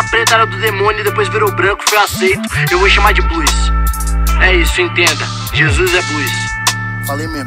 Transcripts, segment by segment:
preta era do demônio e depois virou branco, foi aceito. Eu vou chamar de blues. É isso, entenda. Jesus é blues. Falei mesmo.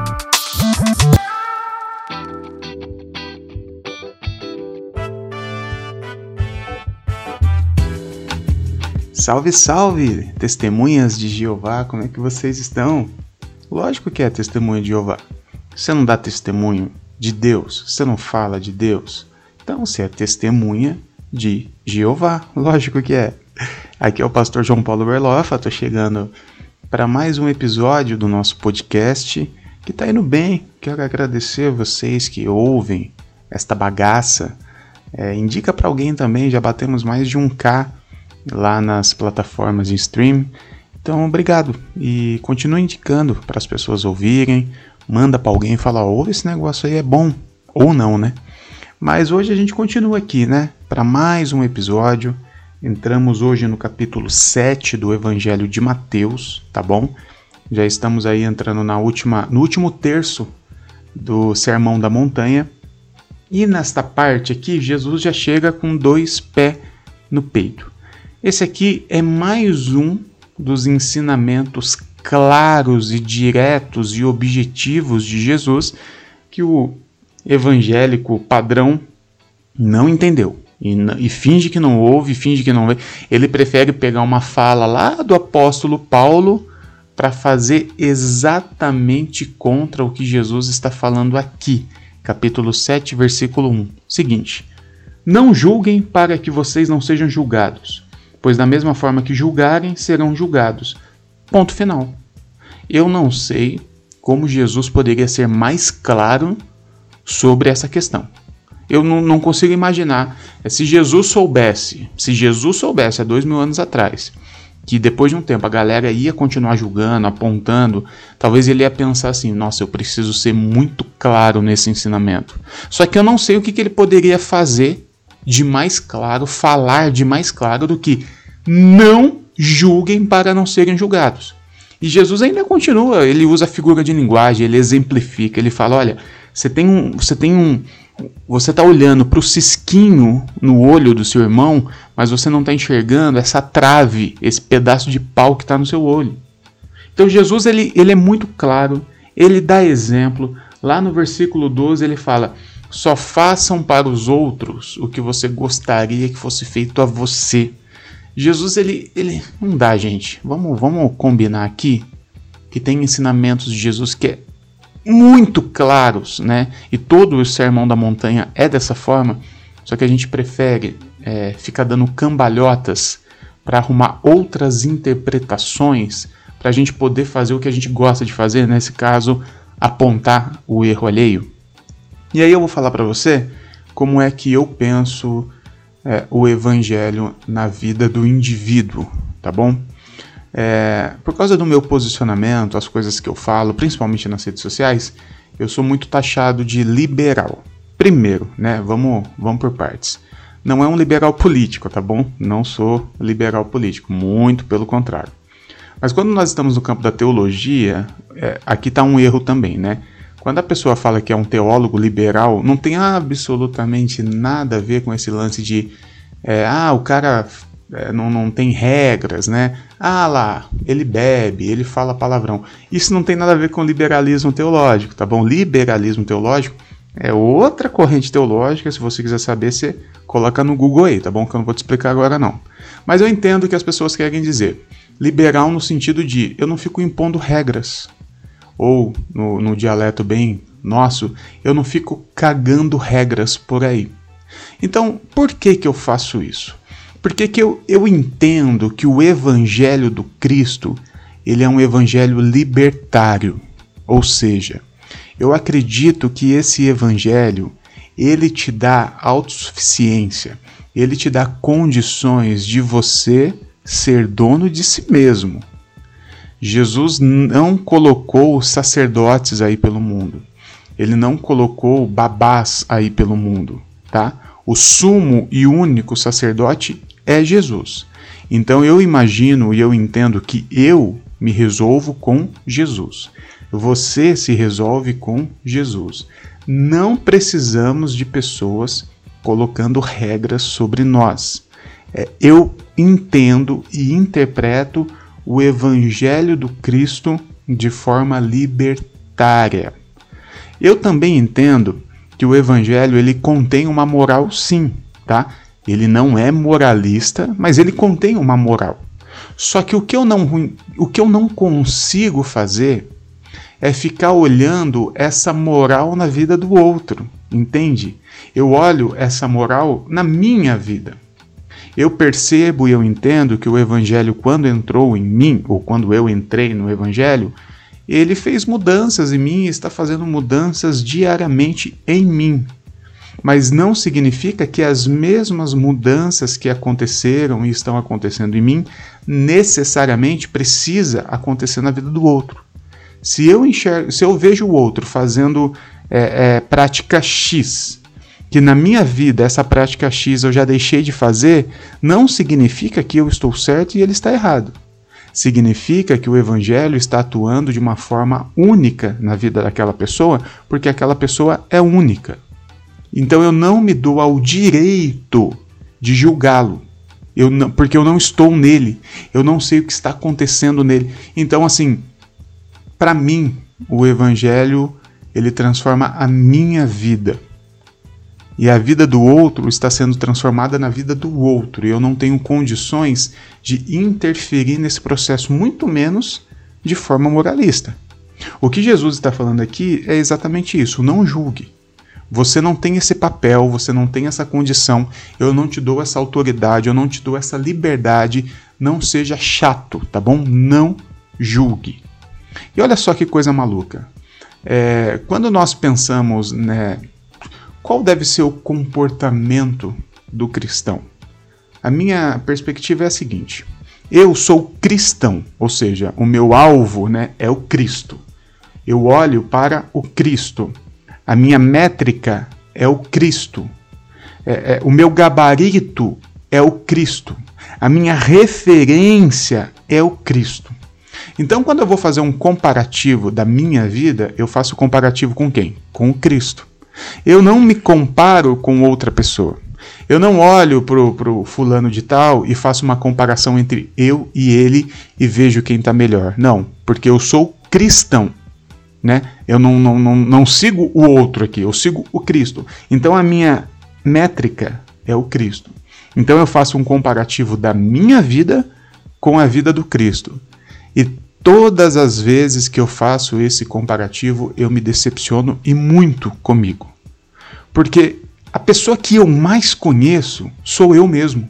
Salve, salve, testemunhas de Jeová, como é que vocês estão? Lógico que é testemunha de Jeová. Você não dá testemunho de Deus, você não fala de Deus. Então você é testemunha de Jeová, lógico que é. Aqui é o pastor João Paulo Berloffa, estou chegando para mais um episódio do nosso podcast que está indo bem. Quero agradecer a vocês que ouvem esta bagaça. Indica para alguém também, já batemos mais de 1K lá nas plataformas de stream. Então, obrigado. E continue indicando para as pessoas ouvirem. Manda para alguém e fala, ouve esse negócio aí, é bom. Ou não, né? Mas hoje a gente continua aqui, né? Para mais um episódio. Entramos hoje no capítulo 7 do Evangelho de Mateus, tá bom? Já estamos aí entrando no último terço do Sermão da Montanha. E nesta parte aqui, Jesus já chega com 2 pés no peito. Esse aqui é mais um dos ensinamentos claros e diretos e objetivos de Jesus que o evangélico padrão não entendeu. E finge que não ouve, finge que não vê. Ele prefere pegar uma fala lá do apóstolo Paulo para fazer exatamente contra o que Jesus está falando aqui. Capítulo 7, versículo 1. Seguinte: não julguem para que vocês não sejam julgados, pois da mesma forma que julgarem, serão julgados. Ponto final. Eu não sei como Jesus poderia ser mais claro sobre essa questão. Eu não consigo imaginar. Se Jesus soubesse há 2000 anos atrás, que depois de um tempo a galera ia continuar julgando, apontando, talvez ele ia pensar assim, nossa, eu preciso ser muito claro nesse ensinamento. Só que eu não sei o que ele poderia fazer de mais claro, falar de mais claro do que não julguem para não serem julgados. E Jesus ainda continua, ele usa a figura de linguagem, ele exemplifica, ele fala, olha, você está olhando para o cisquinho no olho do seu irmão, mas você não está enxergando essa trave, esse pedaço de pau que está no seu olho. Então Jesus ele é muito claro, ele dá exemplo. Lá no versículo 12 ele fala, só façam para os outros o que você gostaria que fosse feito a você. Jesus, ele não dá, gente. Vamos combinar aqui que tem ensinamentos de Jesus que é muito claros, né? E todo o Sermão da Montanha é dessa forma, só que a gente prefere ficar dando cambalhotas para arrumar outras interpretações para a gente poder fazer o que a gente gosta de fazer, nesse caso, apontar o erro alheio. E aí eu vou falar para você como é que eu penso o evangelho na vida do indivíduo, tá bom? Por causa do meu posicionamento, as coisas que eu falo, principalmente nas redes sociais, eu sou muito taxado de liberal. Primeiro, né, vamos por partes. Não é um liberal político, tá bom? Não sou liberal político, muito pelo contrário. Mas quando nós estamos no campo da teologia, aqui está um erro também, né? Quando a pessoa fala que é um teólogo liberal, não tem absolutamente nada a ver com esse lance de o cara não tem regras, né? Lá, ele bebe, ele fala palavrão. Isso não tem nada a ver com liberalismo teológico, tá bom? Liberalismo teológico é outra corrente teológica. Se você quiser saber, você coloca no Google aí, tá bom? Que eu não vou te explicar agora não. Mas eu entendo que as pessoas querem dizer liberal no sentido de eu não fico impondo regras. Ou, no dialeto bem nosso, eu não fico cagando regras por aí. Então, por que eu faço isso? Porque que eu entendo que o evangelho do Cristo, ele é um evangelho libertário. Ou seja, eu acredito que esse evangelho, ele te dá autossuficiência, ele te dá condições de você ser dono de si mesmo. Jesus não colocou sacerdotes aí pelo mundo. Ele não colocou babás aí pelo mundo, tá? O sumo e único sacerdote é Jesus. Então eu imagino e eu entendo que eu me resolvo com Jesus. Você se resolve com Jesus. Não precisamos de pessoas colocando regras sobre nós. Eu entendo e interpreto o Evangelho do Cristo de forma libertária. Eu também entendo que o Evangelho ele contém uma moral, sim, tá? Ele não é moralista, mas ele contém uma moral. Só que o que eu não consigo fazer é ficar olhando essa moral na vida do outro, entende? Eu olho essa moral na minha vida. Eu percebo e eu entendo que o Evangelho, quando entrou em mim, ou quando eu entrei no Evangelho, ele fez mudanças em mim e está fazendo mudanças diariamente em mim. Mas não significa que as mesmas mudanças que aconteceram e estão acontecendo em mim necessariamente precisa acontecer na vida do outro. Se eu vejo o outro fazendo prática X, que na minha vida essa prática X eu já deixei de fazer, não significa que eu estou certo e ele está errado. Significa que o Evangelho está atuando de uma forma única na vida daquela pessoa, porque aquela pessoa é única. Então eu não me dou ao direito de julgá-lo, porque eu não estou nele, eu não sei o que está acontecendo nele. Então, assim, para mim, o Evangelho ele transforma a minha vida. E a vida do outro está sendo transformada na vida do outro. E eu não tenho condições de interferir nesse processo, muito menos de forma moralista. O que Jesus está falando aqui é exatamente isso. Não julgue. Você não tem esse papel, você não tem essa condição. Eu não te dou essa autoridade, eu não te dou essa liberdade. Não seja chato, tá bom? Não julgue. E olha só que coisa maluca. Quando nós pensamos, qual deve ser o comportamento do cristão? A minha perspectiva é a seguinte: eu sou cristão, ou seja, o meu alvo é o Cristo. Eu olho para o Cristo. A minha métrica é o Cristo. O meu gabarito é o Cristo. A minha referência é o Cristo. Então, quando eu vou fazer um comparativo da minha vida, eu faço comparativo com quem? Com o Cristo. Eu não me comparo com outra pessoa. Eu não olho pro fulano de tal e faço uma comparação entre eu e ele e vejo quem está melhor. Não, porque eu sou cristão. Eu não sigo o outro aqui, eu sigo o Cristo. Então a minha métrica é o Cristo. Então eu faço um comparativo da minha vida com a vida do Cristo. E todas as vezes que eu faço esse comparativo, eu me decepciono e muito comigo. Porque a pessoa que eu mais conheço sou eu mesmo.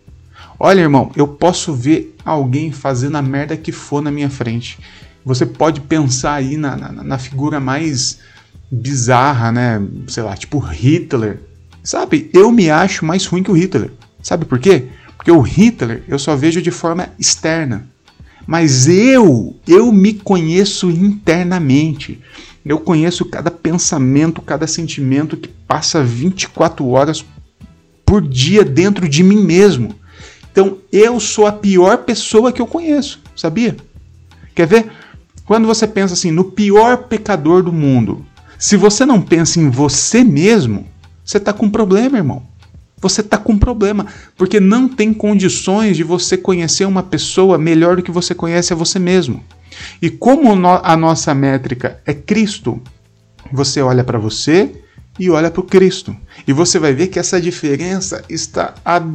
Olha, irmão, eu posso ver alguém fazendo a merda que for na minha frente. Você pode pensar aí na figura mais bizarra, sei lá, tipo Hitler. Sabe, eu me acho mais ruim que o Hitler. Sabe por quê? Porque o Hitler eu só vejo de forma externa. Mas eu me conheço internamente. Eu conheço cada pensamento, cada sentimento que passa 24 horas por dia dentro de mim mesmo. Então eu sou a pior pessoa que eu conheço, sabia? Quer ver? Quando você pensa assim, no pior pecador do mundo, se você não pensa em você mesmo, você está com problema, irmão. Você está com problema, porque não tem condições de você conhecer uma pessoa melhor do que você conhece a você mesmo. E como a nossa métrica é Cristo, você olha para você e olha para o Cristo. E você vai ver que essa diferença está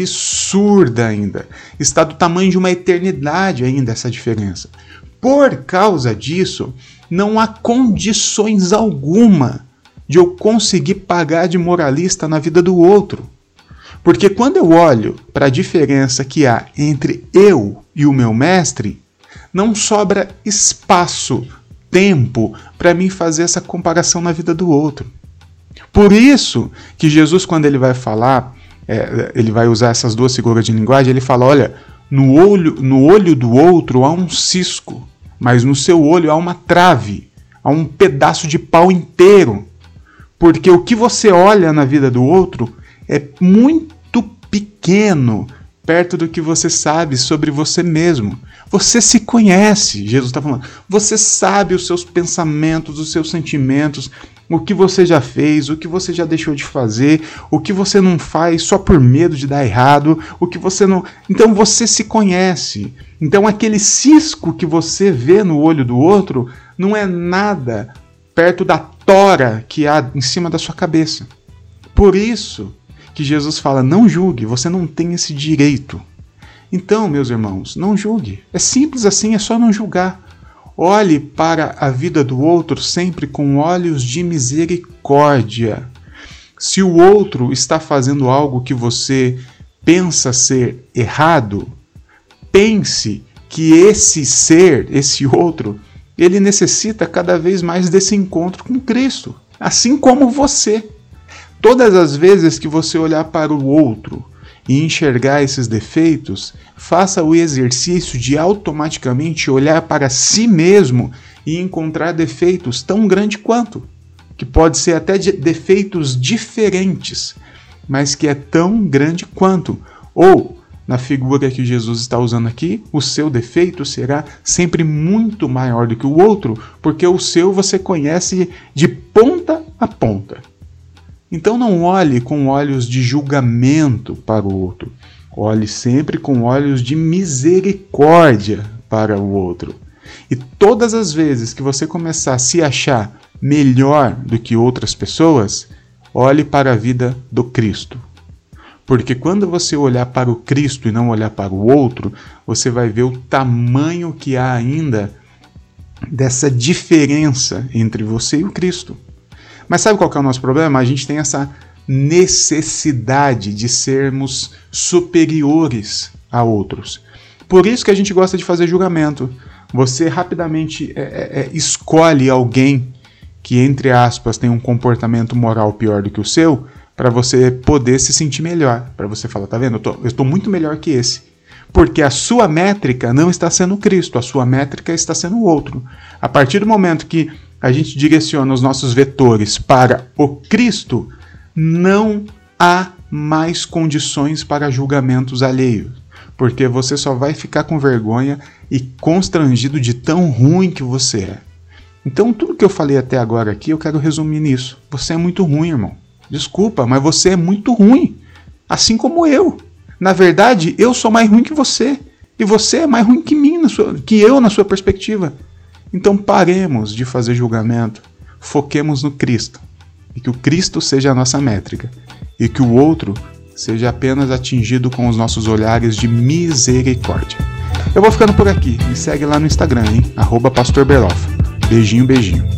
absurda ainda. Está do tamanho de uma eternidade ainda essa diferença. Por causa disso, não há condições alguma de eu conseguir pagar de moralista na vida do outro. Porque quando eu olho para a diferença que há entre eu e o meu mestre, não sobra espaço, tempo para mim fazer essa comparação na vida do outro. Por isso que Jesus, quando ele vai falar, ele vai usar essas duas figuras de linguagem, ele fala, olha, no olho do outro há um cisco, mas no seu olho há uma trave, há um pedaço de pau inteiro. Porque o que você olha na vida do outro é muito pequeno perto do que você sabe sobre você mesmo. Você se conhece, Jesus está falando. Você sabe os seus pensamentos, os seus sentimentos, o que você já fez, o que você já deixou de fazer, o que você não faz só por medo de dar errado, o que você não... Então você se conhece. Então aquele cisco que você vê no olho do outro não é nada perto da tora que há em cima da sua cabeça. Por isso que Jesus fala, não julgue, você não tem esse direito. Então, meus irmãos, não julgue. É simples assim, é só não julgar. Olhe para a vida do outro sempre com olhos de misericórdia. Se o outro está fazendo algo que você pensa ser errado, pense que esse outro, ele necessita cada vez mais desse encontro com Cristo, assim como você. Todas as vezes que você olhar para o outro e enxergar esses defeitos, faça o exercício de automaticamente olhar para si mesmo e encontrar defeitos tão grandes quanto, que pode ser até defeitos diferentes, mas que é tão grande quanto. Ou, na figura que Jesus está usando aqui, o seu defeito será sempre muito maior do que o outro, porque o seu você conhece de ponta a ponta. Então não olhe com olhos de julgamento para o outro. Olhe sempre com olhos de misericórdia para o outro. E todas as vezes que você começar a se achar melhor do que outras pessoas, olhe para a vida do Cristo. Porque quando você olhar para o Cristo e não olhar para o outro, você vai ver o tamanho que há ainda dessa diferença entre você e o Cristo. Mas sabe qual que é o nosso problema? A gente tem essa necessidade de sermos superiores a outros. Por isso que a gente gosta de fazer julgamento. Você rapidamente escolhe alguém que, entre aspas, tem um comportamento moral pior do que o seu, para você poder se sentir melhor. Para você falar, tá vendo? Eu estou muito melhor que esse. Porque a sua métrica não está sendo Cristo, a sua métrica está sendo o outro. A partir do momento que a gente direciona os nossos vetores para o Cristo, não há mais condições para julgamentos alheios, porque você só vai ficar com vergonha e constrangido de tão ruim que você é. Então tudo que eu falei até agora aqui, eu quero resumir nisso. Você é muito ruim, irmão. Desculpa, mas você é muito ruim, assim como eu. Na verdade, eu sou mais ruim que você, e você é mais ruim que mim, que eu na sua perspectiva. Então paremos de fazer julgamento, foquemos no Cristo, e que o Cristo seja a nossa métrica, e que o outro seja apenas atingido com os nossos olhares de misericórdia. Eu vou ficando por aqui, me segue lá no Instagram, hein? @pastorberlofa. Beijinho, beijinho.